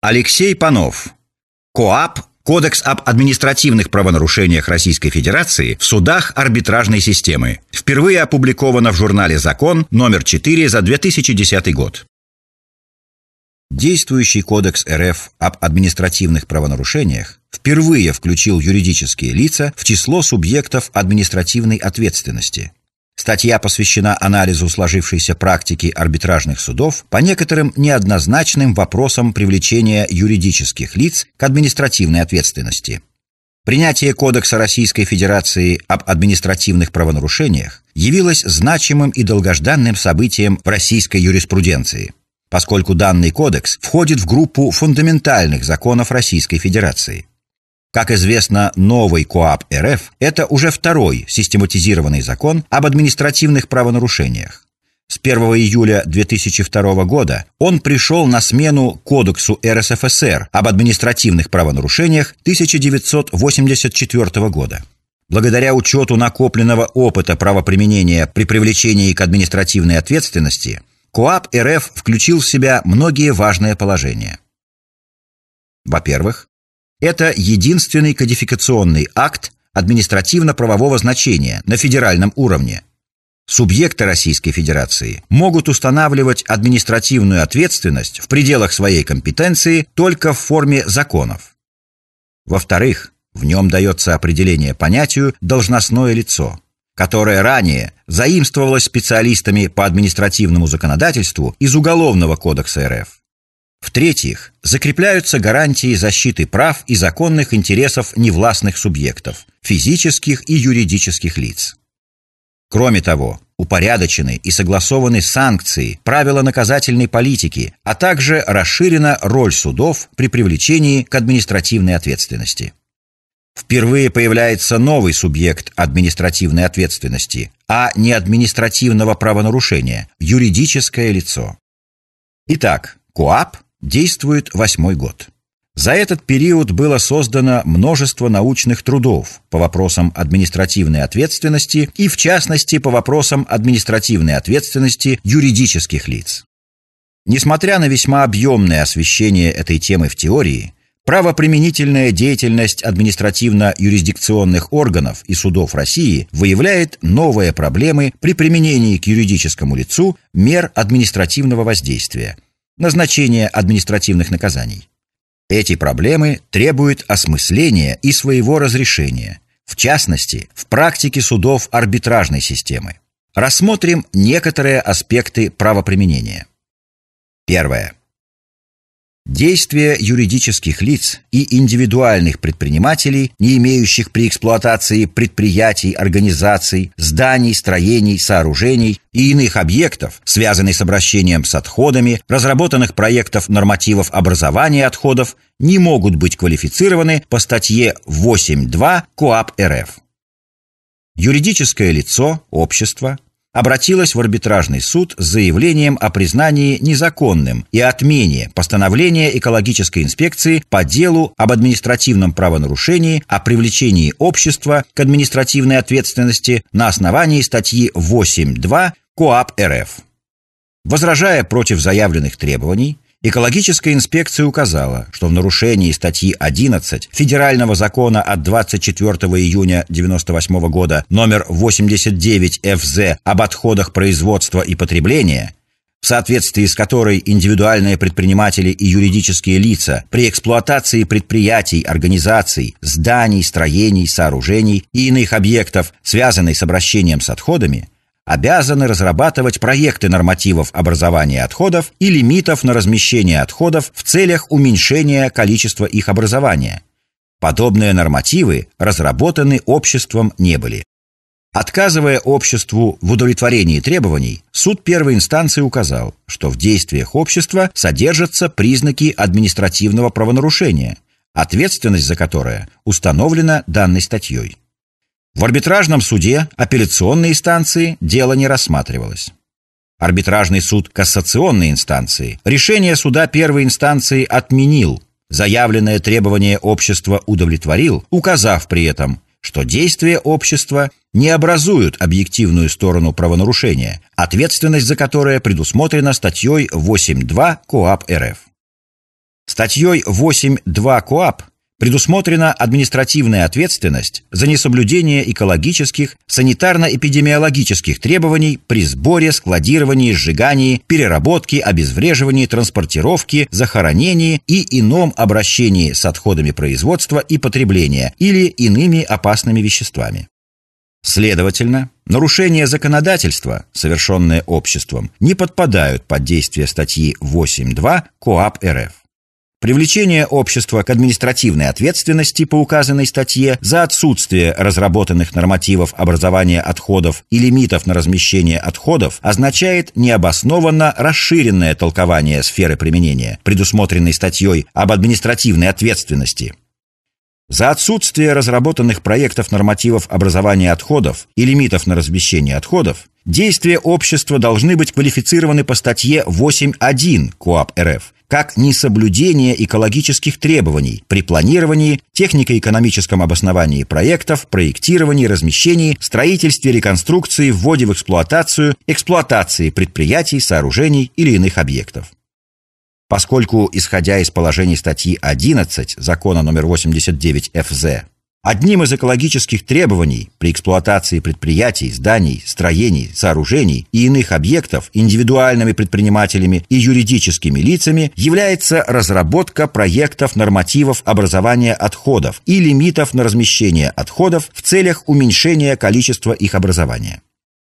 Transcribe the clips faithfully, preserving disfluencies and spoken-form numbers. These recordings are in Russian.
Алексей Панов. КоАП – Кодекс об административных правонарушениях Российской Федерации в судах арбитражной системы. Впервые опубликовано в журнале «Закон» номер четыре за две тысячи десятый год. Действующий Кодекс РФ об административных правонарушениях впервые включил юридические лица в число субъектов административной ответственности. Статья посвящена анализу сложившейся практики арбитражных судов по некоторым неоднозначным вопросам привлечения юридических лиц к административной ответственности. Принятие Кодекса Российской Федерации об административных правонарушениях явилось значимым и долгожданным событием в российской юриспруденции, поскольку данный кодекс входит в группу фундаментальных законов Российской Федерации. Как известно, новый КоАП РФ – это уже второй систематизированный закон об административных правонарушениях. С первого июля две тысячи второго года он пришел на смену Кодексу РСФСР об административных правонарушениях тысяча девятьсот восемьдесят четвёртого года. Благодаря учету накопленного опыта правоприменения при привлечении к административной ответственности, КоАП РФ включил в себя многие важные положения. Во-первых, это единственный кодификационный акт административно-правового значения на федеральном уровне. Субъекты Российской Федерации могут устанавливать административную ответственность в пределах своей компетенции только в форме законов. Во-вторых, в нем дается определение понятию «должностное лицо», которое ранее заимствовалось специалистами по административному законодательству из Уголовного кодекса РФ. В-третьих, закрепляются гарантии защиты прав и законных интересов невластных субъектов, физических и юридических лиц. Кроме того, упорядочены и согласованы санкции, правила наказательной политики, а также расширена роль судов при привлечении к административной ответственности. Впервые появляется новый субъект административной ответственности, а не административного правонарушения – юридическое лицо. Итак, КоАП действует восьмой год. За этот период было создано множество научных трудов по вопросам административной ответственности и, в частности, по вопросам административной ответственности юридических лиц. Несмотря на весьма объемное освещение этой темы в теории, правоприменительная деятельность административно-юрисдикционных органов и судов России выявляет новые проблемы при применении к юридическому лицу мер административного воздействия, назначения административных наказаний. Эти проблемы требуют осмысления и своего разрешения, в частности, в практике судов арбитражной системы. Рассмотрим некоторые аспекты правоприменения. Первое. Действия юридических лиц и индивидуальных предпринимателей, не имеющих при эксплуатации предприятий, организаций, зданий, строений, сооружений и иных объектов, связанных с обращением с отходами, разработанных проектов нормативов образования отходов, не могут быть квалифицированы по статье восемь точка два КоАП РФ. Юридическое лицо, общество, обратилась в арбитражный суд с заявлением о признании незаконным и отмене постановления экологической инспекции по делу об административном правонарушении о привлечении общества к административной ответственности на основании статьи восемь точка два КоАП РФ. Возражая против заявленных требований, экологическая инспекция указала, что в нарушении статьи одиннадцать Федерального закона от двадцать четвёртого июня девяносто восьмого года номер восемьдесят девять эф зэ об отходах производства и потребления, в соответствии с которой индивидуальные предприниматели и юридические лица при эксплуатации предприятий, организаций, зданий, строений, сооружений и иных объектов, связанных с обращением с отходами, обязаны разрабатывать проекты нормативов образования отходов и лимитов на размещение отходов в целях уменьшения количества их образования. Подобные нормативы разработаны обществом не были. Отказывая обществу в удовлетворении требований, суд первой инстанции указал, что в действиях общества содержатся признаки административного правонарушения, ответственность за которое установлена данной статьей. В арбитражном суде апелляционной инстанции дело не рассматривалось. Арбитражный суд кассационной инстанции решение суда первой инстанции отменил, заявленное требование общества удовлетворил, указав при этом, что действия общества не образуют объективную сторону правонарушения, ответственность за которое предусмотрена статьей восемь точка два КоАП РФ. Статьей восемь точка два КоАП предусмотрена административная ответственность за несоблюдение экологических, санитарно-эпидемиологических требований при сборе, складировании, сжигании, переработке, обезвреживании, транспортировке, захоронении и ином обращении с отходами производства и потребления или иными опасными веществами. Следовательно, нарушения законодательства, совершенные обществом, не подпадают под действие статьи восемь точка два КоАП РФ. Привлечение общества к административной ответственности по указанной статье за отсутствие разработанных нормативов образования отходов и лимитов на размещение отходов означает необоснованно расширенное толкование сферы применения, предусмотренной статьей об административной ответственности. За отсутствие разработанных проектов нормативов образования отходов и лимитов на размещение отходов действия общества должны быть квалифицированы по статье восемь точка один КоАП РФ как несоблюдение экологических требований при планировании, технико-экономическом обосновании проектов, проектировании, размещении, строительстве, реконструкции, вводе в эксплуатацию, эксплуатации предприятий, сооружений или иных объектов. Поскольку, исходя из положений статьи одиннадцать Закона номер восемьдесят девять эф зэ, одним из экологических требований при эксплуатации предприятий, зданий, строений, сооружений и иных объектов индивидуальными предпринимателями и юридическими лицами является разработка проектов нормативов образования отходов и лимитов на размещение отходов в целях уменьшения количества их образования.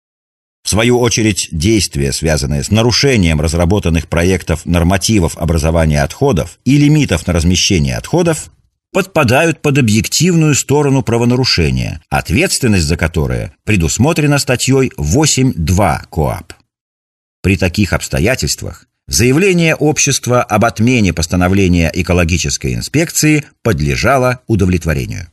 В свою очередь, действия, связанные с нарушением разработанных проектов нормативов образования отходов и лимитов на размещение отходов, подпадают под объективную сторону правонарушения, ответственность за которое предусмотрена статьей восемь точка два КоАП. При таких обстоятельствах заявление общества об отмене постановления экологической инспекции подлежало удовлетворению.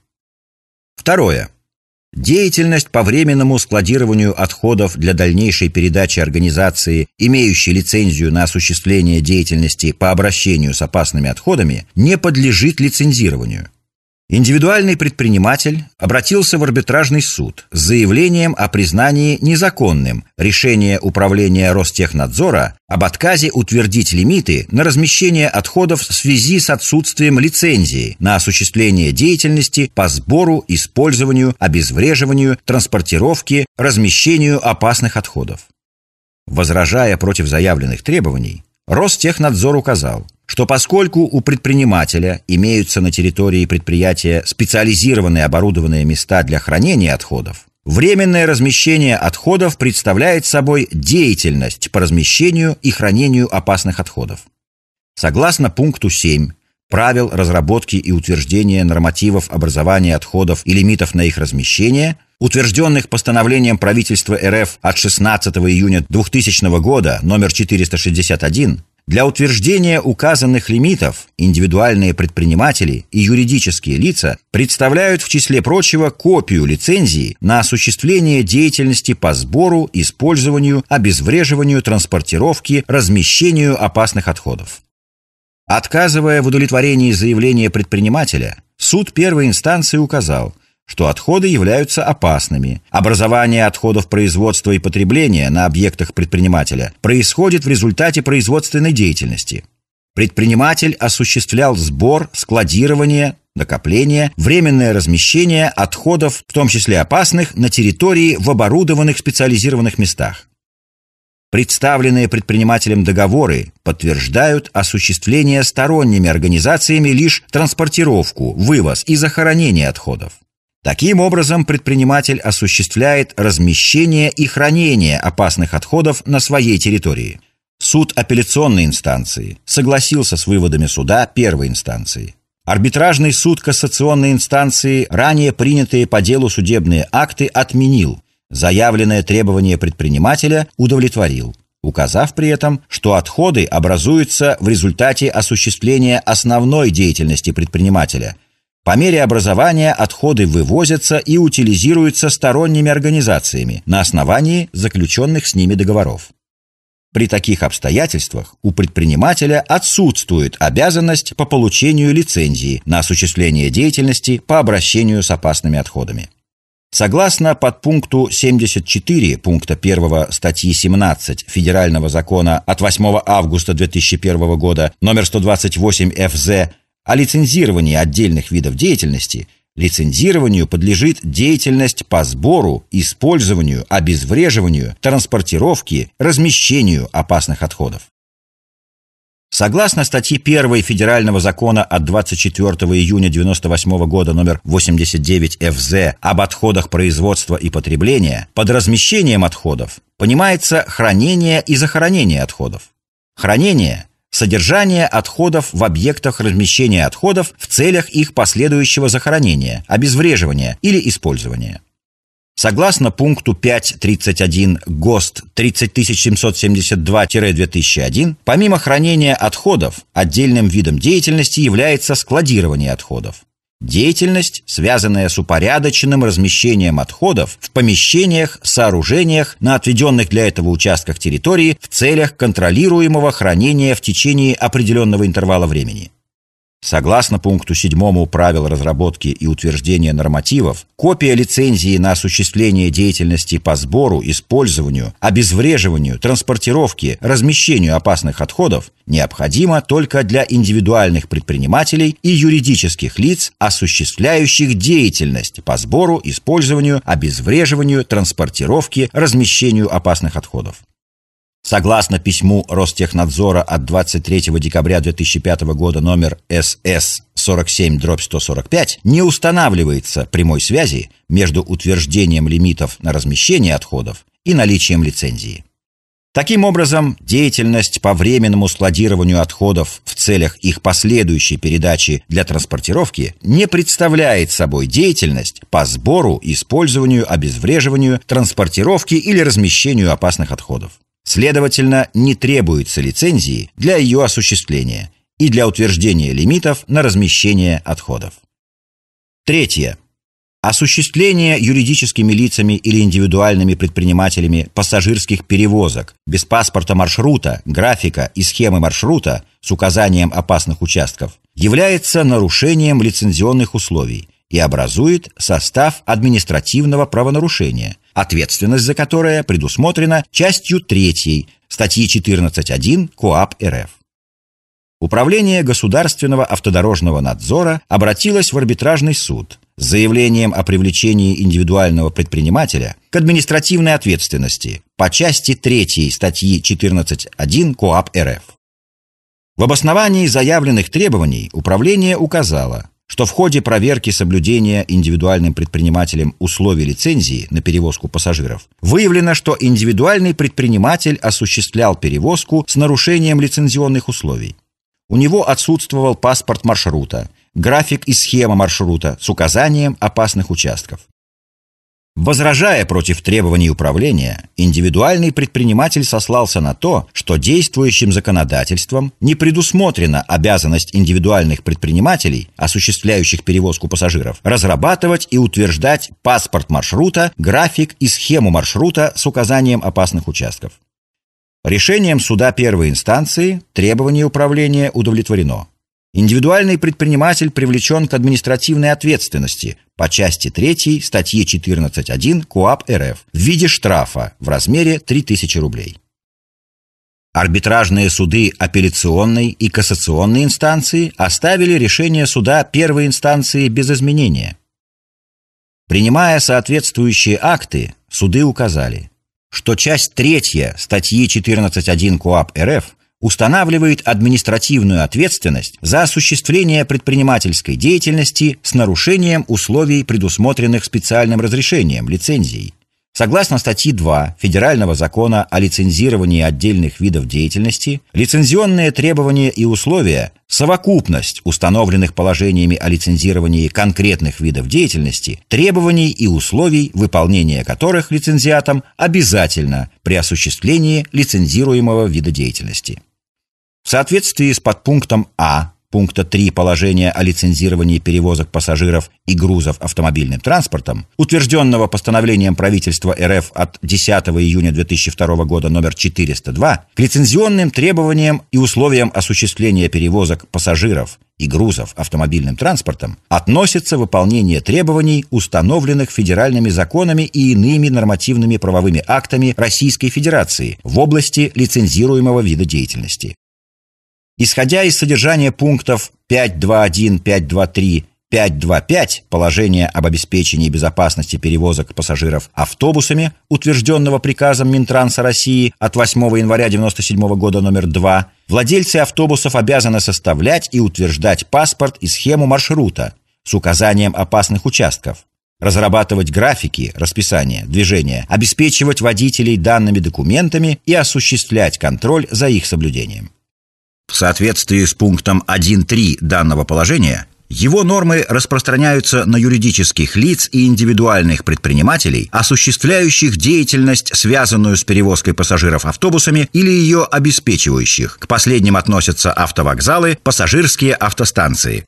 Второе. Деятельность по временному складированию отходов для дальнейшей передачи организации, имеющей лицензию на осуществление деятельности по обращению с опасными отходами, не подлежит лицензированию. Индивидуальный предприниматель обратился в арбитражный суд с заявлением о признании незаконным решение Управления Ростехнадзора об отказе утвердить лимиты на размещение отходов в связи с отсутствием лицензии на осуществление деятельности по сбору, использованию, обезвреживанию, транспортировке, размещению опасных отходов. Возражая против заявленных требований, Ростехнадзор указал, что поскольку у предпринимателя имеются на территории предприятия специализированные оборудованные места для хранения отходов, временное размещение отходов представляет собой деятельность по размещению и хранению опасных отходов. Согласно пункту семь правил разработки и утверждения нормативов образования отходов и лимитов на их размещение, утвержденных постановлением правительства РФ от шестнадцатого июня двухтысячного года номер четыреста шестьдесят один, для утверждения указанных лимитов индивидуальные предприниматели и юридические лица представляют, в числе прочего, копию лицензии на осуществление деятельности по сбору, использованию, обезвреживанию, транспортировке, размещению опасных отходов. Отказывая в удовлетворении заявления предпринимателя, суд первой инстанции указал, что отходы являются опасными. Образование отходов производства и потребления на объектах предпринимателя происходит в результате производственной деятельности. Предприниматель осуществлял сбор, складирование, накопление, временное размещение отходов, в том числе опасных, на территории в оборудованных специализированных местах. Представленные предпринимателем договоры подтверждают осуществление сторонними организациями лишь транспортировку, вывоз и захоронение отходов. Таким образом, предприниматель осуществляет размещение и хранение опасных отходов на своей территории. Суд апелляционной инстанции согласился с выводами суда первой инстанции. Арбитражный суд кассационной инстанции ранее принятые по делу судебные акты отменил. Заявленное требование предпринимателя удовлетворил, указав при этом, что отходы образуются в результате осуществления основной деятельности предпринимателя. По мере образования отходы вывозятся и утилизируются сторонними организациями на основании заключенных с ними договоров. При таких обстоятельствах у предпринимателя отсутствует обязанность по получению лицензии на осуществление деятельности по обращению с опасными отходами. Согласно подпункту семьдесят четыре пункта первого статьи семнадцать Федерального закона от восьмого августа две тысячи первого года номер сто двадцать восемь эф зэ о лицензировании отдельных видов деятельности, лицензированию подлежит деятельность по сбору, использованию, обезвреживанию, транспортировке, размещению опасных отходов. Согласно статье первой Федерального закона от двадцать четвёртого июня девяносто восьмого года номер восемьдесят девять эф зэ об отходах производства и потребления, под размещением отходов понимается хранение и захоронение отходов. Хранение – содержание отходов в объектах размещения отходов в целях их последующего захоронения, обезвреживания или использования. Согласно пункту пять точка тридцать один ГОСТ тридцать тысяч семьсот семьдесят два — две тысячи один, помимо хранения отходов, отдельным видом деятельности является складирование отходов. Деятельность, связанная с упорядоченным размещением отходов в помещениях, сооружениях на отведенных для этого участках территории в целях контролируемого хранения в течение определенного интервала времени. Согласно пункту седьмому правил разработки и утверждения нормативов, копия лицензии на осуществление деятельности по сбору, использованию, обезвреживанию, транспортировке, размещению опасных отходов необходима только для индивидуальных предпринимателей и юридических лиц, осуществляющих деятельность по сбору, использованию, обезвреживанию, транспортировке, размещению опасных отходов. Согласно письму Ростехнадзора от двадцать третьего декабря две тысячи пятого года номер эс эс сорок семь дробь сто сорок пять, не устанавливается прямой связи между утверждением лимитов на размещение отходов и наличием лицензии. Таким образом, деятельность по временному складированию отходов в целях их последующей передачи для транспортировки не представляет собой деятельность по сбору, использованию, обезвреживанию, транспортировке или размещению опасных отходов. Следовательно, не требуется лицензии для ее осуществления и для утверждения лимитов на размещение отходов. Третье. Осуществление юридическими лицами или индивидуальными предпринимателями пассажирских перевозок без паспорта маршрута, графика и схемы маршрута с указанием опасных участков является нарушением лицензионных условий и образует состав административного правонарушения, ответственность за которое предусмотрена частью третьей статьи четырнадцать точка один КоАП РФ. Управление государственного автодорожного надзора обратилось в арбитражный суд с заявлением о привлечении индивидуального предпринимателя к административной ответственности по части третьей статьи четырнадцать точка один КоАП РФ. В обосновании заявленных требований управление указало, что в ходе проверки соблюдения индивидуальным предпринимателем условий лицензии на перевозку пассажиров выявлено, что индивидуальный предприниматель осуществлял перевозку с нарушением лицензионных условий. У него отсутствовал паспорт маршрута, график и схема маршрута с указанием опасных участков. Возражая против требований управления, индивидуальный предприниматель сослался на то, что действующим законодательством не предусмотрена обязанность индивидуальных предпринимателей, осуществляющих перевозку пассажиров, разрабатывать и утверждать паспорт маршрута, график и схему маршрута с указанием опасных участков. Решением суда первой инстанции требование управления удовлетворено. Индивидуальный предприниматель привлечен к административной ответственности по части третьей статьи четырнадцать точка один КоАП РФ в виде штрафа в размере три тысячи рублей. Арбитражные суды апелляционной и кассационной инстанции оставили решение суда первой инстанции без изменения. Принимая соответствующие акты, суды указали, что часть третья статьи четырнадцать точка один КоАП РФ устанавливает административную ответственность за осуществление предпринимательской деятельности с нарушением условий, предусмотренных специальным разрешением, лицензией. Согласно статье два Федерального закона о лицензировании отдельных видов деятельности, лицензионные требования и условия – совокупность установленных положениями о лицензировании конкретных видов деятельности, требований и условий, выполнения которых лицензиатом обязательно при осуществлении лицензируемого вида деятельности. В соответствии с подпунктом А пункта три положения о лицензировании перевозок пассажиров и грузов автомобильным транспортом, утвержденного постановлением правительства эр эф от десятого июня две тысячи второго года номер четыреста два, к лицензионным требованиям и условиям осуществления перевозок пассажиров и грузов автомобильным транспортом относится выполнение требований, установленных федеральными законами и иными нормативными правовыми актами Российской Федерации в области лицензируемого вида деятельности. Исходя из содержания пунктов пять точка два точка один, пять точка два точка три, пять точка два точка пять положения об обеспечении безопасности перевозок пассажиров автобусами, утвержденного приказом Минтранса России от восьмого января девяносто седьмого года номер два, владельцы автобусов обязаны составлять и утверждать паспорт и схему маршрута с указанием опасных участков, разрабатывать графики, расписание, движения, обеспечивать водителей данными документами и осуществлять контроль за их соблюдением. В соответствии с пунктом один точка три данного положения, его нормы распространяются на юридических лиц и индивидуальных предпринимателей, осуществляющих деятельность, связанную с перевозкой пассажиров автобусами или ее обеспечивающих. К последним относятся автовокзалы, пассажирские автостанции.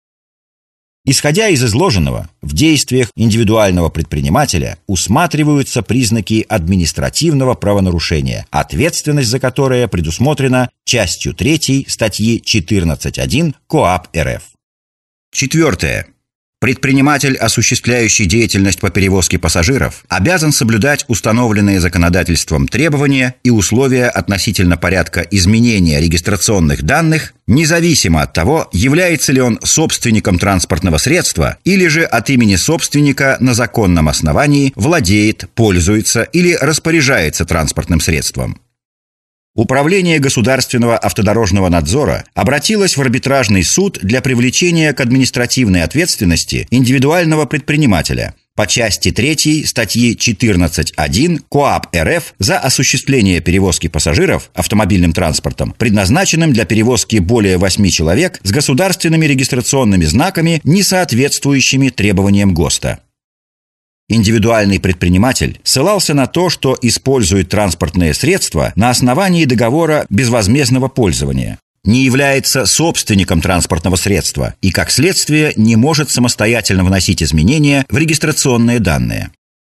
Исходя из изложенного, в действиях индивидуального предпринимателя усматриваются признаки административного правонарушения, ответственность за которое предусмотрена частью третьей статьи четырнадцать точка один КоАП эр эф. Четвертое. Предприниматель, осуществляющий деятельность по перевозке пассажиров, обязан соблюдать установленные законодательством требования и условия относительно порядка изменения регистрационных данных, независимо от того, является ли он собственником транспортного средства или же от имени собственника на законном основании владеет, пользуется или распоряжается транспортным средством. Управление государственного автодорожного надзора обратилось в арбитражный суд для привлечения к административной ответственности индивидуального предпринимателя по части третьей статьи четырнадцать точка один КоАП эр эф за осуществление перевозки пассажиров автомобильным транспортом, предназначенным для перевозки более восьми человек с государственными регистрационными знаками, не соответствующими требованиям ГОСТа. Индивидуальный предприниматель ссылался на то, что использует транспортные средства на основании договора безвозмездного пользования, не является собственником транспортного средства и, как следствие, не может самостоятельно вносить изменения в регистрационные данные.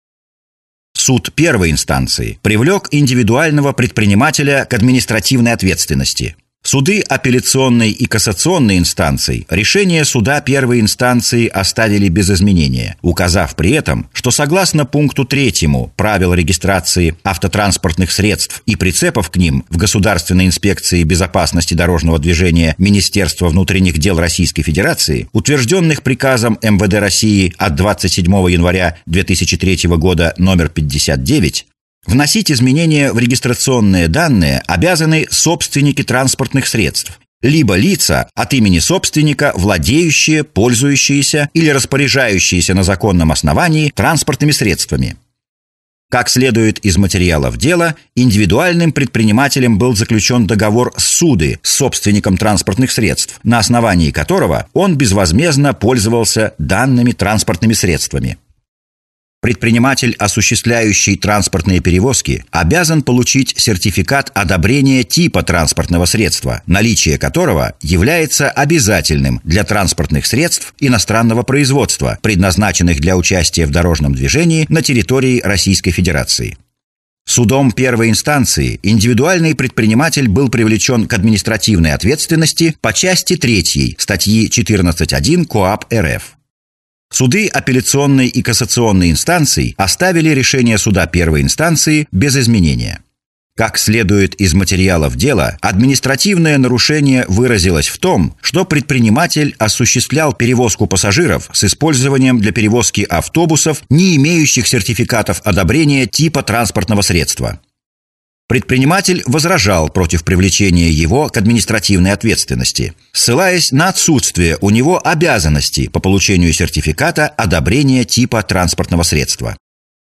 Суд первой инстанции привлек индивидуального предпринимателя к административной ответственности. Суды апелляционной и кассационной инстанций решение суда первой инстанции оставили без изменения, указав при этом, что согласно пункту третьему правил регистрации автотранспортных средств и прицепов к ним в Государственной инспекции безопасности дорожного движения Министерства внутренних дел Российской Федерации, утвержденных приказом эм вэ дэ России от двадцать седьмого января две тысячи третьего года номер пятьдесят девять, вносить изменения в регистрационные данные обязаны собственники транспортных средств, либо лица от имени собственника, владеющие, пользующиеся или распоряжающиеся на законном основании транспортными средствами. Как следует из материалов дела, индивидуальным предпринимателем был заключен договор ссуды с собственником транспортных средств, на основании которого он безвозмездно пользовался данными транспортными средствами. Предприниматель, осуществляющий транспортные перевозки, обязан получить сертификат одобрения типа транспортного средства, наличие которого является обязательным для транспортных средств иностранного производства, предназначенных для участия в дорожном движении на территории Российской Федерации. Судом первой инстанции индивидуальный предприниматель был привлечен к административной ответственности по части третьей статьи четырнадцать точка один КоАП эр эф. Суды апелляционной и кассационной инстанций оставили решение суда первой инстанции без изменения. Как следует из материалов дела, административное нарушение выразилось в том, что предприниматель осуществлял перевозку пассажиров с использованием для перевозки автобусов, не имеющих сертификатов одобрения типа транспортного средства. Предприниматель возражал против привлечения его к административной ответственности, ссылаясь на отсутствие у него обязанности по получению сертификата одобрения типа транспортного средства.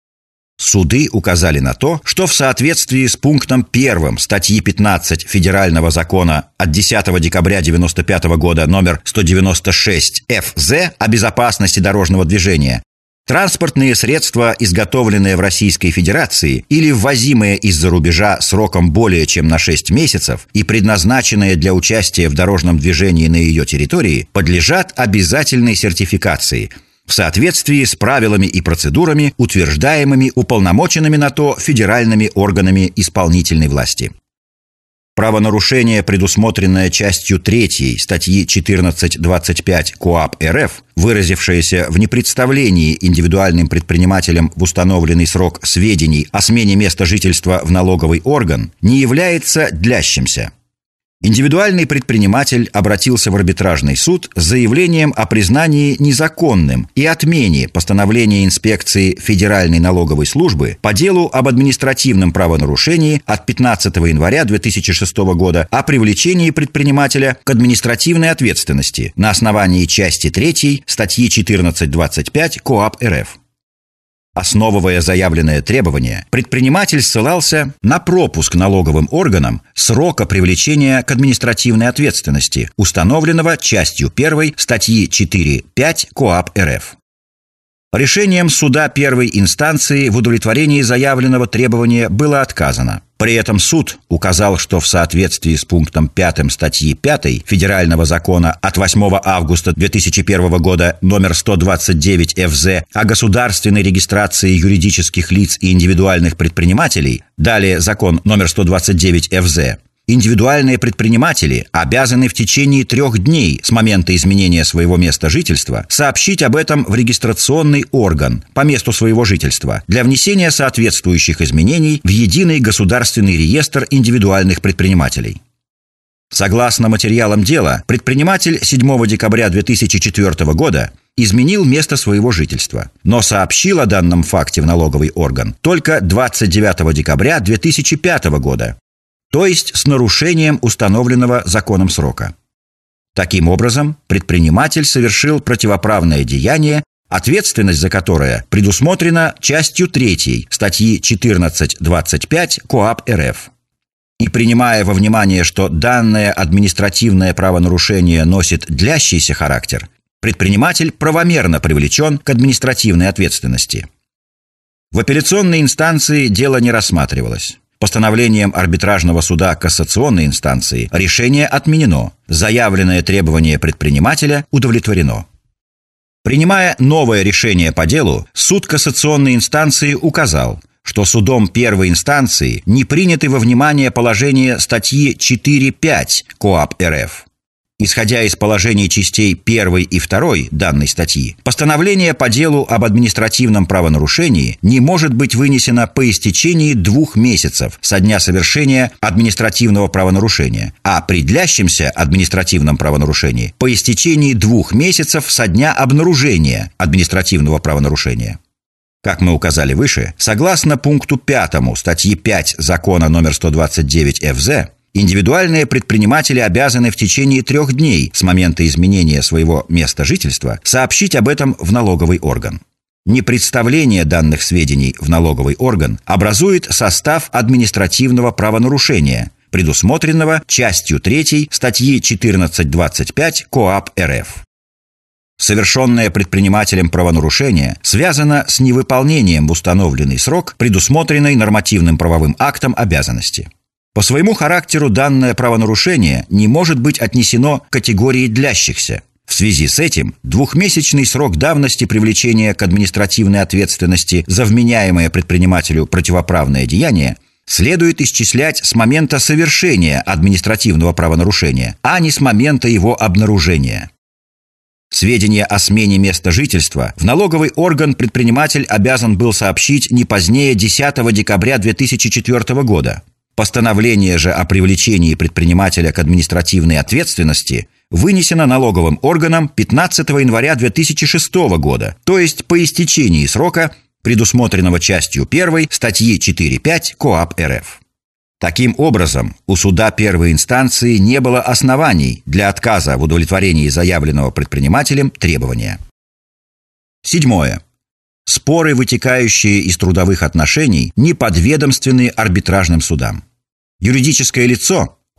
Суды указали на то, что в соответствии с пунктом первым статьи пятнадцать Федерального закона от десятого декабря девяносто пятого года номер сто девяносто шесть эф зэ о безопасности дорожного движения, Транспортные средства, изготовленные в Российской Федерации или ввозимые из-за рубежа сроком более чем на шесть месяцев и предназначенные для участия в дорожном движении на ее территории, подлежат обязательной сертификации в соответствии с правилами и процедурами, утверждаемыми уполномоченными на то федеральными органами исполнительной власти. Правонарушение, предусмотренное частью третьей статьи четырнадцать двадцать пять КоАП РФ, выразившееся в непредставлении индивидуальным предпринимателям в установленный срок сведений о смене места жительства в налоговый орган, не является длящимся. Индивидуальный предприниматель обратился в арбитражный суд с заявлением о признании незаконным и отмене постановления инспекции Федеральной налоговой службы по делу об административном правонарушении от пятнадцатого января две тысячи шестого года о привлечении предпринимателя к административной ответственности на основании части третьей статьи четырнадцать двадцать пять КоАП РФ. Основывая заявленное требование, предприниматель ссылался на пропуск налоговым органам срока привлечения к административной ответственности, установленного частью первой статьи четыре пять КоАП РФ. Решением суда первой инстанции в удовлетворении заявленного требования было отказано. При этом суд указал, что в соответствии с пунктом пятым статьи пятой Федерального закона от восьмого августа две тысячи первого года номер сто двадцать девять эф зэ о государственной регистрации юридических лиц и индивидуальных предпринимателей, далее закон номер сто двадцать девять эф зэ, индивидуальные предприниматели обязаны в течение трех дней с момента изменения своего места жительства сообщить об этом в регистрационный орган по месту своего жительства для внесения соответствующих изменений в единый государственный реестр индивидуальных предпринимателей. Согласно материалам дела, предприниматель седьмого декабря две тысячи четвёртого года изменил место своего жительства, но сообщил о данном факте в налоговый орган только двадцать девятого декабря две тысячи пятого года, то есть с нарушением установленного законом срока. Таким образом, предприниматель совершил противоправное деяние, ответственность за которое предусмотрена частью третьей статьи четырнадцать двадцать пять КоАП РФ. И принимая во внимание, что данное административное правонарушение носит длящийся характер, предприниматель правомерно привлечен к административной ответственности. В апелляционной инстанции дело не рассматривалось. Постановлением арбитражного суда кассационной инстанции решение отменено, заявленное требование предпринимателя удовлетворено. Принимая новое решение по делу, суд кассационной инстанции указал, что судом первой инстанции не приняты во внимание положения статьи четыре пять КоАП РФ. Исходя из положений частей первой и второй данной статьи, постановление по делу об административном правонарушении не может быть вынесено по истечении двух месяцев со дня совершения административного правонарушения, а при длящемся административном правонарушении по истечении двух месяцев со дня обнаружения административного правонарушения. Как мы указали выше, согласно пункту пятому статьи пять закона номер сто двадцать девять эф зэ, индивидуальные предприниматели обязаны в течение трех дней с момента изменения своего места жительства сообщить об этом в налоговый орган. Непредставление данных сведений в налоговый орган образует состав административного правонарушения, предусмотренного частью третьей статьи четырнадцать двадцать пять КоАП РФ. Совершенное предпринимателем правонарушение связано с невыполнением в установленный срок предусмотренной нормативным правовым актом обязанности. По своему характеру данное правонарушение не может быть отнесено к категории длящихся. В связи с этим двухмесячный срок давности привлечения к административной ответственности за вменяемое предпринимателю противоправное деяние следует исчислять с момента совершения административного правонарушения, а не с момента его обнаружения. Сведения о смене места жительства в налоговый орган предприниматель обязан был сообщить не позднее десятого декабря две тысячи четвёртого года. Постановление же о привлечении предпринимателя к административной ответственности вынесено налоговым органом пятнадцатого января две тысячи шестого года, то есть по истечении срока, предусмотренного частью первой статьи четыре пять КоАП РФ. Таким образом, у суда первой инстанции не было оснований для отказа в удовлетворении заявленного предпринимателем требования. Седьмое. Споры, вытекающие из трудовых отношений, не подведомственны арбитражным судам. Юридическое лицо,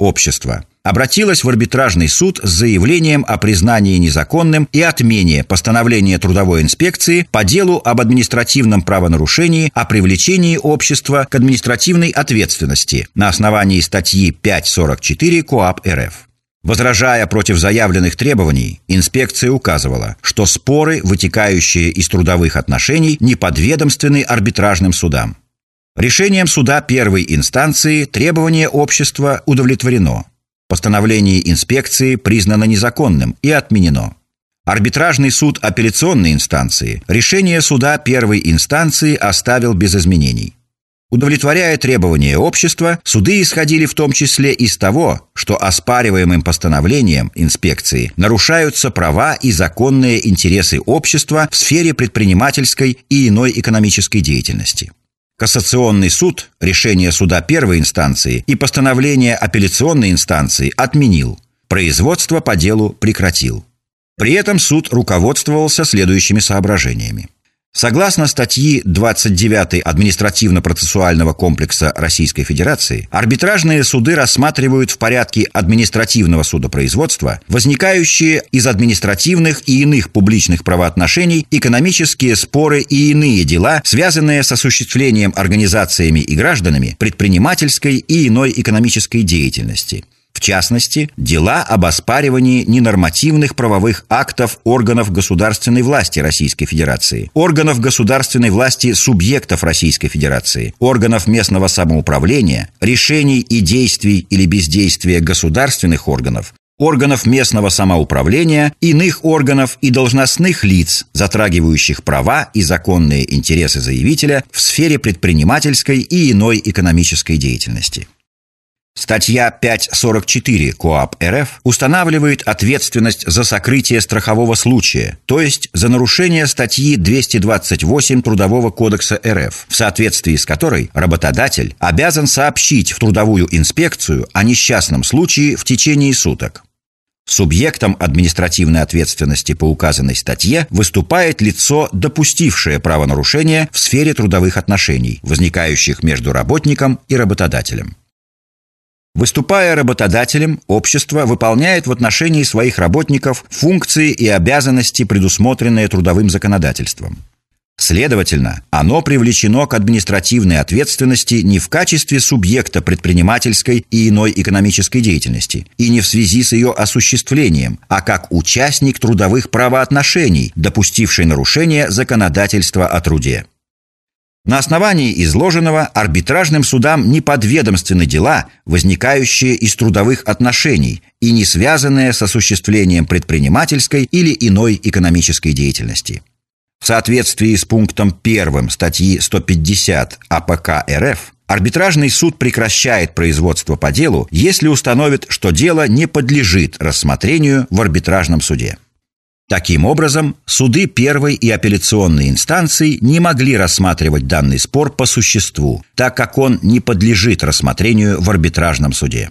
общество, обратилось в арбитражный суд с заявлением о признании незаконным и отмене постановления трудовой инспекции по делу об административном правонарушении о привлечении общества к административной ответственности на основании статьи пять сорок четыре КоАП РФ. Возражая против заявленных требований, инспекция указывала, что споры, вытекающие из трудовых отношений, не подведомственны арбитражным судам. Решением суда первой инстанции требование общества удовлетворено. Постановление инспекции признано незаконным и отменено. Арбитражный суд апелляционной инстанции решение суда первой инстанции оставил без изменений. Удовлетворяя требования общества, суды исходили в том числе из того, что оспариваемым постановлением инспекции нарушаются права и законные интересы общества в сфере предпринимательской и иной экономической деятельности. Кассационный суд решение суда первой инстанции и постановление апелляционной инстанции отменил, производство по делу прекратил. При этом суд руководствовался следующими соображениями. Согласно статьи двадцать девять административно-процессуального комплекса Российской Федерации, арбитражные суды рассматривают в порядке административного судопроизводства возникающие из административных и иных публичных правоотношений экономические споры и иные дела, связанные с осуществлением организациями и гражданами предпринимательской и иной экономической деятельности. В частности, дела об оспаривании ненормативных правовых актов органов государственной власти Российской Федерации, органов государственной власти субъектов Российской Федерации, органов местного самоуправления, решений и действий или бездействия государственных органов, органов местного самоуправления, иных органов и должностных лиц, затрагивающих права и законные интересы заявителя в сфере предпринимательской и иной экономической деятельности. Статья пять сорок четыре КоАП РФ устанавливает ответственность за сокрытие страхового случая, то есть за нарушение статьи двести двадцать восемь Трудового кодекса РФ, в соответствии с которой работодатель обязан сообщить в трудовую инспекцию о несчастном случае в течение суток. Субъектом административной ответственности по указанной статье выступает лицо, допустившее правонарушение в сфере трудовых отношений, возникающих между работником и работодателем. Выступая работодателем, общество выполняет в отношении своих работников функции и обязанности, предусмотренные трудовым законодательством. Следовательно, оно привлечено к административной ответственности не в качестве субъекта предпринимательской и иной экономической деятельности и не в связи с ее осуществлением, а как участник трудовых правоотношений, допустивший нарушение законодательства о труде. На основании изложенного арбитражным судам не подведомственны дела, возникающие из трудовых отношений и не связанные с осуществлением предпринимательской или иной экономической деятельности. В соответствии с пунктом первым статьи сто пятьдесят АПК РФ, арбитражный суд прекращает производство по делу, если установит, что дело не подлежит рассмотрению в арбитражном суде. Таким образом, суды первой и апелляционной инстанции не могли рассматривать данный спор по существу, так как он не подлежит рассмотрению в арбитражном суде.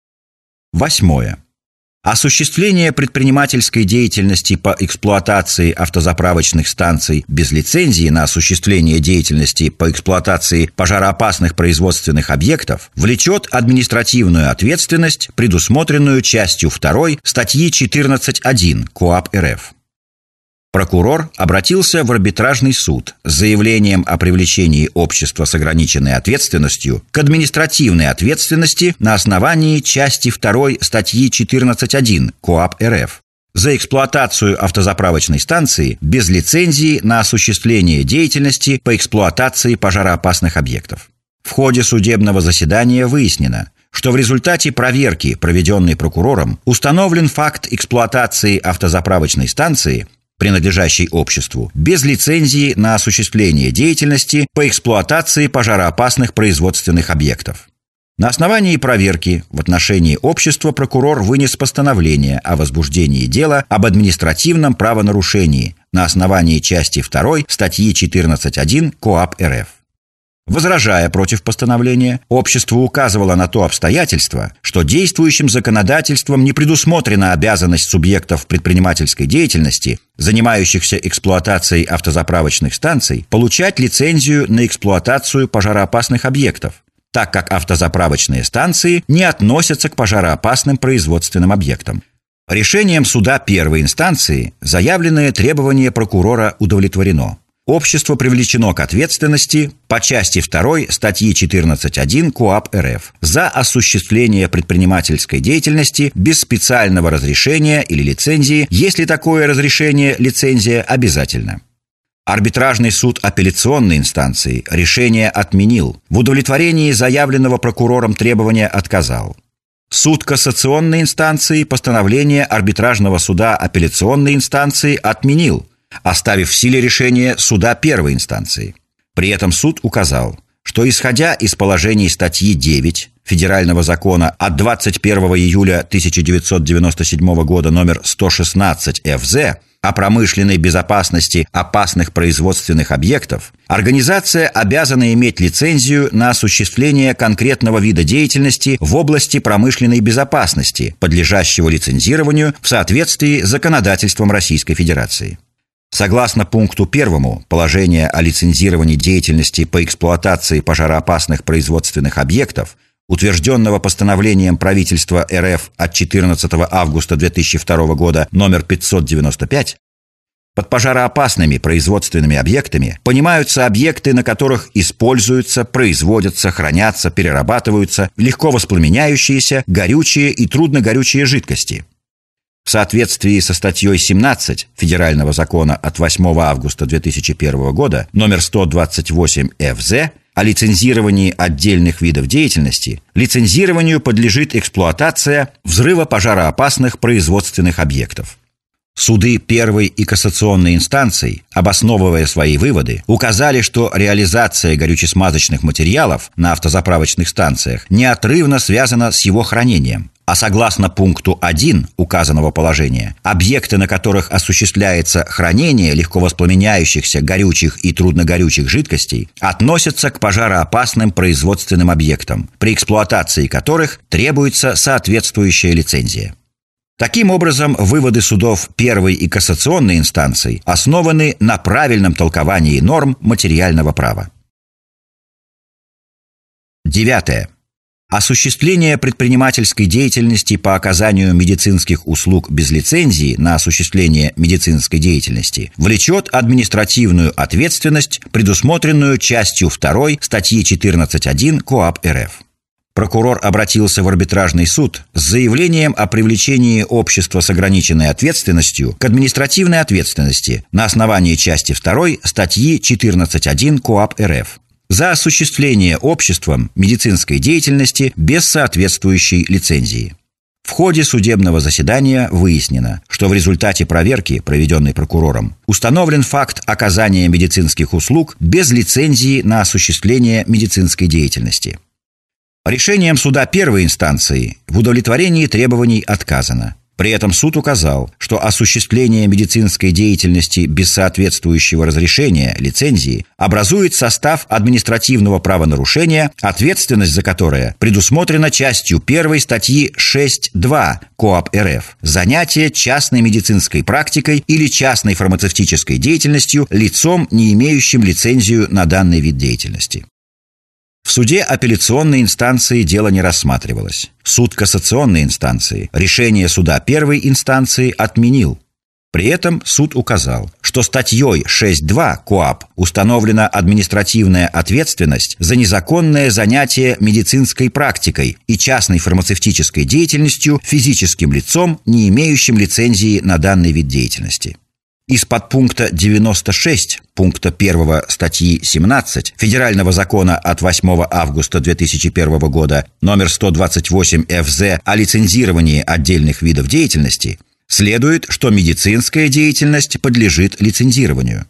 Восьмое. Осуществление предпринимательской деятельности по эксплуатации автозаправочных станций без лицензии на осуществление деятельности по эксплуатации пожароопасных производственных объектов влечет административную ответственность, предусмотренную частью второй статьи четырнадцать точка один КоАП РФ. Прокурор обратился в арбитражный суд с заявлением о привлечении общества с ограниченной ответственностью к административной ответственности на основании части второй статьи четырнадцать точка один КоАП РФ за эксплуатацию автозаправочной станции без лицензии на осуществление деятельности по эксплуатации пожароопасных объектов. В ходе судебного заседания выяснено, что в результате проверки, проведенной прокурором, установлен факт эксплуатации автозаправочной станции, принадлежащей обществу, без лицензии на осуществление деятельности по эксплуатации пожароопасных производственных объектов. На основании проверки в отношении общества прокурор вынес постановление о возбуждении дела об административном правонарушении на основании части второй статьи четырнадцать точка один КоАП РФ. Возражая против постановления, общество указывало на то обстоятельство, что действующим законодательством не предусмотрена обязанность субъектов предпринимательской деятельности, занимающихся эксплуатацией автозаправочных станций, получать лицензию на эксплуатацию пожароопасных объектов, так как автозаправочные станции не относятся к пожароопасным производственным объектам. Решением суда первой инстанции заявленное требование прокурора удовлетворено. Общество привлечено к ответственности по части второй статьи четырнадцать точка один КоАП РФ за осуществление предпринимательской деятельности без специального разрешения или лицензии, если такое разрешение, лицензия обязательно. Арбитражный суд апелляционной инстанции решение отменил, в удовлетворении заявленного прокурором требования отказал. Суд кассационной инстанции постановление арбитражного суда апелляционной инстанции отменил, оставив в силе решение суда первой инстанции. При этом суд указал, что, исходя из положений статьи девять Федерального закона от двадцать первого июля тысяча девятьсот девяносто седьмого года номер сто шестнадцать эф зэ о промышленной безопасности опасных производственных объектов, организация обязана иметь лицензию на осуществление конкретного вида деятельности в области промышленной безопасности, подлежащего лицензированию в соответствии с законодательством Российской Федерации. Согласно пункту первому положения о лицензировании деятельности по эксплуатации пожароопасных производственных объектов, утвержденного постановлением правительства эр эф от четырнадцатого августа две тысячи второго года номер пятьсот девяносто пять, под пожароопасными производственными объектами понимаются объекты, на которых используются, производятся, хранятся, перерабатываются легко воспламеняющиеся, горючие и трудногорючие жидкости. В соответствии со статьей семнадцать Федерального закона от восьмого августа две тысячи первого года номер сто двадцать восемь эф зэ о лицензировании отдельных видов деятельности, лицензированию подлежит эксплуатация взрывопожароопасных производственных объектов. Суды первой и кассационной инстанций, обосновывая свои выводы, указали, что реализация горючесмазочных материалов на автозаправочных станциях неотрывно связана с его хранением, а согласно пункту один указанного положения, объекты, на которых осуществляется хранение легко воспламеняющихся горючих и трудногорючих жидкостей, относятся к пожароопасным производственным объектам, при эксплуатации которых требуется соответствующая лицензия. Таким образом, выводы судов первой и кассационной инстанций основаны на правильном толковании норм материального права. Девятое. Осуществление предпринимательской деятельности по оказанию медицинских услуг без лицензии на осуществление медицинской деятельности влечет административную ответственность, предусмотренную частью второй статьи четырнадцать точка один КоАП РФ. Прокурор обратился в арбитражный суд с заявлением о привлечении общества с ограниченной ответственностью к административной ответственности на основании части второй статьи четырнадцать точка один КоАП РФ за осуществление обществом медицинской деятельности без соответствующей лицензии. В ходе судебного заседания выяснено, что в результате проверки, проведенной прокурором, установлен факт оказания медицинских услуг без лицензии на осуществление медицинской деятельности. Решением суда первой инстанции в удовлетворении требований отказано. При этом суд указал, что осуществление медицинской деятельности без соответствующего разрешения, лицензии, образует состав административного правонарушения, ответственность за которое предусмотрена частью первой статьи шесть точка два КоАП РФ «Занятие частной медицинской практикой или частной фармацевтической деятельностью лицом, не имеющим лицензию на данный вид деятельности». В суде апелляционной инстанции дело не рассматривалось. Суд кассационной инстанции решение суда первой инстанции отменил. При этом суд указал, что статьей шесть точка два КоАП установлена административная ответственность за незаконное занятие медицинской практикой и частной фармацевтической деятельностью физическим лицом, не имеющим лицензии на данный вид деятельности. Из подпункта девяносто шесть пункта первого статьи семнадцать Федерального закона от восьмого августа две тысячи первого года номер сто двадцать восемь эф зэ о лицензировании отдельных видов деятельности следует, что медицинская деятельность подлежит лицензированию.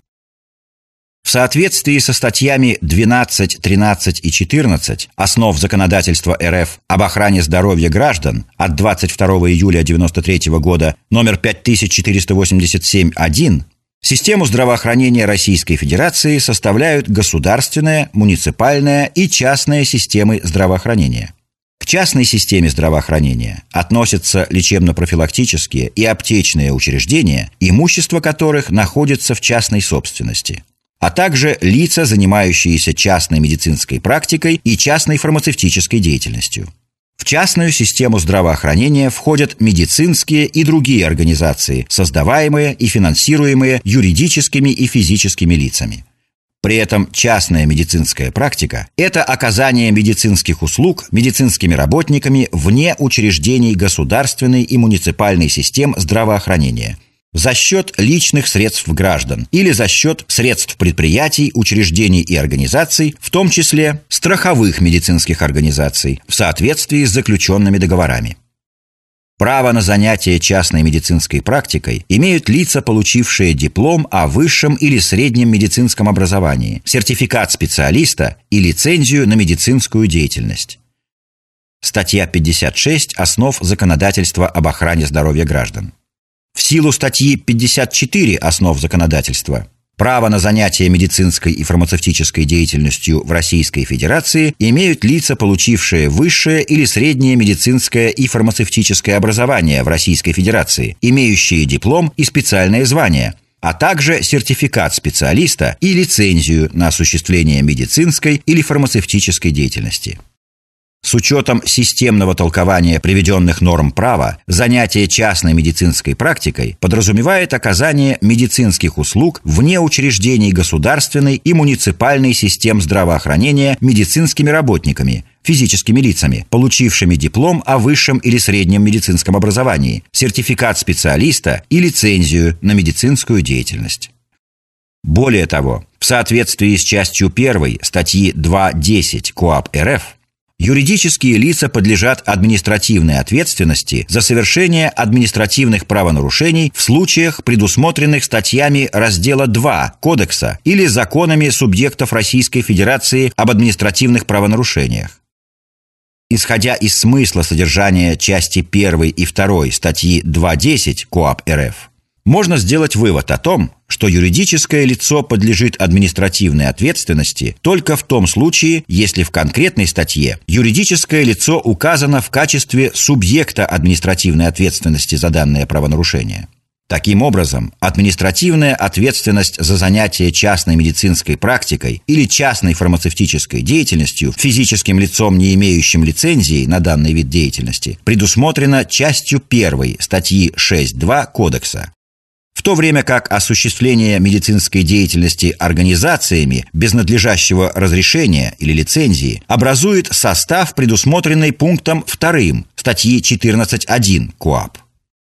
В соответствии со статьями двенадцать, тринадцать и четырнадцать основ законодательства РФ об охране здоровья граждан от двадцать второго июля девяносто третьего года номер пять тысяч четыреста восемьдесят семь один систему здравоохранения Российской Федерации составляют государственная, муниципальная и частная системы здравоохранения. К частной системе здравоохранения относятся лечебно-профилактические и аптечные учреждения, имущество которых находится в частной собственности. а также лица, занимающиеся частной медицинской практикой и частной фармацевтической деятельностью. В частную систему здравоохранения входят медицинские и другие организации, создаваемые и финансируемые юридическими и физическими лицами. При этом частная медицинская практика – это оказание медицинских услуг медицинскими работниками вне учреждений государственной и муниципальной систем здравоохранения за счет личных средств граждан или за счет средств предприятий, учреждений и организаций, в том числе страховых медицинских организаций, в соответствии с заключенными договорами. Право на занятие частной медицинской практикой имеют лица, получившие диплом о высшем или среднем медицинском образовании, сертификат специалиста и лицензию на медицинскую деятельность. Статья пятьдесят шесть «Основ законодательства об охране здоровья граждан». В силу статьи пятьдесят четыре «Основ законодательства» право на занятие медицинской и фармацевтической деятельностью в Российской Федерации имеют лица, получившие высшее или среднее медицинское и фармацевтическое образование в Российской Федерации, имеющие диплом и специальное звание, а также сертификат специалиста и лицензию на осуществление медицинской или фармацевтической деятельности. С учетом системного толкования приведенных норм права, занятие частной медицинской практикой подразумевает оказание медицинских услуг вне учреждений государственной и муниципальной систем здравоохранения медицинскими работниками, физическими лицами, получившими диплом о высшем или среднем медицинском образовании, сертификат специалиста и лицензию на медицинскую деятельность. Более того, в соответствии с частью первой статьи два десять КоАП РФ, юридические лица подлежат административной ответственности за совершение административных правонарушений в случаях, предусмотренных статьями раздела два Кодекса или законами субъектов Российской Федерации об административных правонарушениях. Исходя из смысла содержания части первой и второй статьи два десять КоАП РФ, можно сделать вывод о том, что юридическое лицо подлежит административной ответственности только в том случае, если в конкретной статье юридическое лицо указано в качестве субъекта административной ответственности за данное правонарушение. Таким образом, административная ответственность за занятие частной медицинской практикой или частной фармацевтической деятельностью физическим лицом, не имеющим лицензии на данный вид деятельности, предусмотрена частью первой статьи шесть два Кодекса. В то время как осуществление медицинской деятельности организациями без надлежащего разрешения или лицензии образует состав, предусмотренный пунктом вторым статьи четырнадцать один КоАП.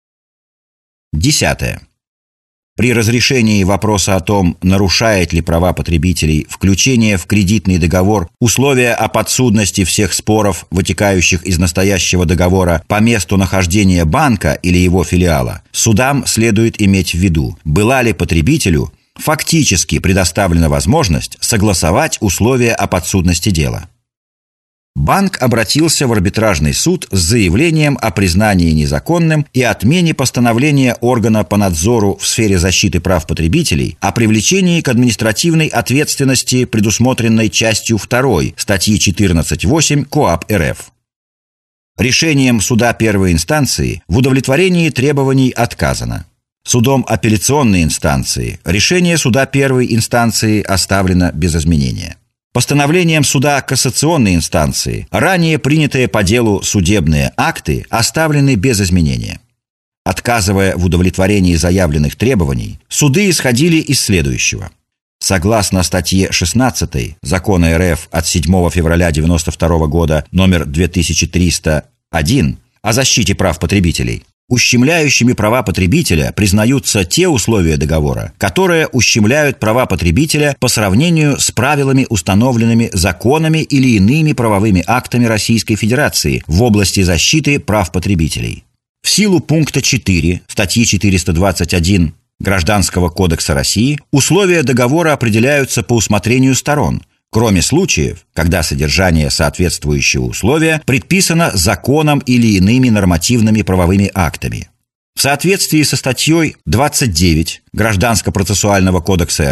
Десятое. При разрешении вопроса о том, нарушает ли права потребителей включение в кредитный договор условия о подсудности всех споров, вытекающих из настоящего договора по месту нахождения банка или его филиала, судам следует иметь в виду, была ли потребителю фактически предоставлена возможность согласовать условия о подсудности дела. Банк обратился в арбитражный суд с заявлением о признании незаконным и отмене постановления органа по надзору в сфере защиты прав потребителей о привлечении к административной ответственности, предусмотренной частью второй статьи четырнадцать восемь КоАП РФ. Решением суда первой инстанции в удовлетворении требований отказано. Судом апелляционной инстанции решение суда первой инстанции оставлено без изменения. Постановлением суда кассационной инстанции ранее принятые по делу судебные акты оставлены без изменения. Отказывая в удовлетворении заявленных требований, суды исходили из следующего. Согласно статье шестнадцатой Закона РФ от седьмого февраля девяносто второго года номер две тысячи триста один о защите прав потребителей, ущемляющими права потребителя признаются те условия договора, которые ущемляют права потребителя по сравнению с правилами, установленными законами или иными правовыми актами Российской Федерации в области защиты прав потребителей. В силу пункта четыре статьи четыреста двадцать один Гражданского кодекса России условия договора определяются по усмотрению сторон, кроме случаев, когда содержание соответствующего условия предписано законом или иными нормативными правовыми актами. В соответствии со статьей двадцать девять Гражданско-процессуального кодекса РФ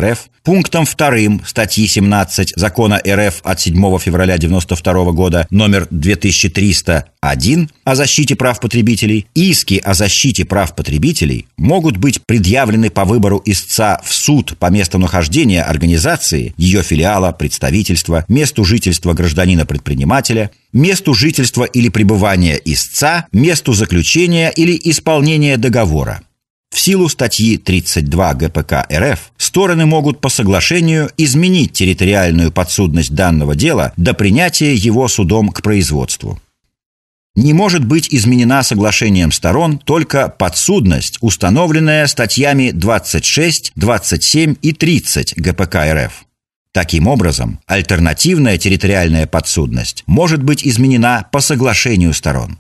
Пунктом вторым статьи семнадцать Закона РФ от седьмого февраля девяносто второго года номер две тысячи триста один о защите прав потребителей иски о защите прав потребителей могут быть предъявлены по выбору истца в суд по месту нахождения организации, ее филиала, представительства, месту жительства гражданина-предпринимателя, месту жительства или пребывания истца, месту заключения или исполнения договора. В силу статьи тридцать два гэ пэ ка эр эф стороны могут по соглашению изменить территориальную подсудность данного дела до принятия его судом к производству. Не может быть изменена соглашением сторон только подсудность, установленная статьями двадцать шесть, двадцать семь и тридцать гэ пэ ка эр эф. Таким образом, альтернативная территориальная подсудность может быть изменена по соглашению сторон.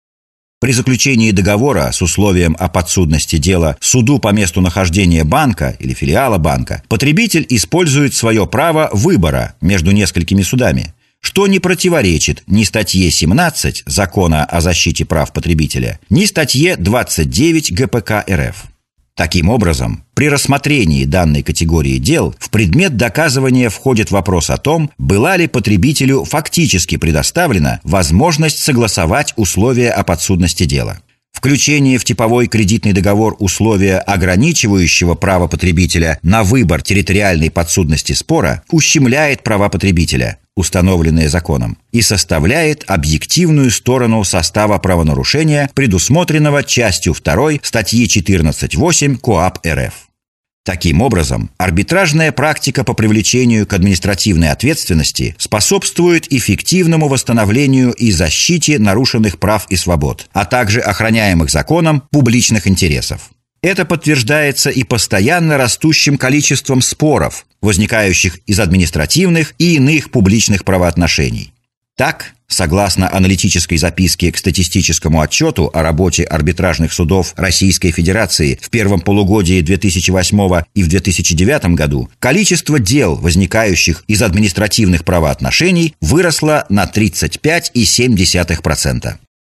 При заключении договора с условием о подсудности дела суду по месту нахождения банка или филиала банка потребитель использует свое право выбора между несколькими судами, что не противоречит ни статье семнадцать Закона о защите прав потребителя, ни статье двадцать девять гэ пэ ка эр эф. Таким образом, при рассмотрении данной категории дел в предмет доказывания входит вопрос о том, была ли потребителю фактически предоставлена возможность согласовать условия о подсудности дела. Включение в типовой кредитный договор условия, ограничивающего право потребителя на выбор территориальной подсудности спора, ущемляет права потребителя, установленные законом, и составляет объективную сторону состава правонарушения, предусмотренного частью второй статьи четырнадцать восемь КоАП эр эф. Таким образом, арбитражная практика по привлечению к административной ответственности способствует эффективному восстановлению и защите нарушенных прав и свобод, а также охраняемых законом публичных интересов. Это подтверждается и постоянно растущим количеством споров, возникающих из административных и иных публичных правоотношений. Так, согласно аналитической записке к статистическому отчету о работе арбитражных судов Российской Федерации в первом полугодии две тысячи восьмого и в две тысячи девятом году, количество дел, возникающих из административных правоотношений, выросло на тридцать пять целых семь десятых процента.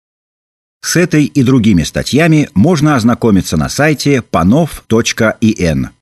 С этой и другими статьями можно ознакомиться на сайте панов точка ин.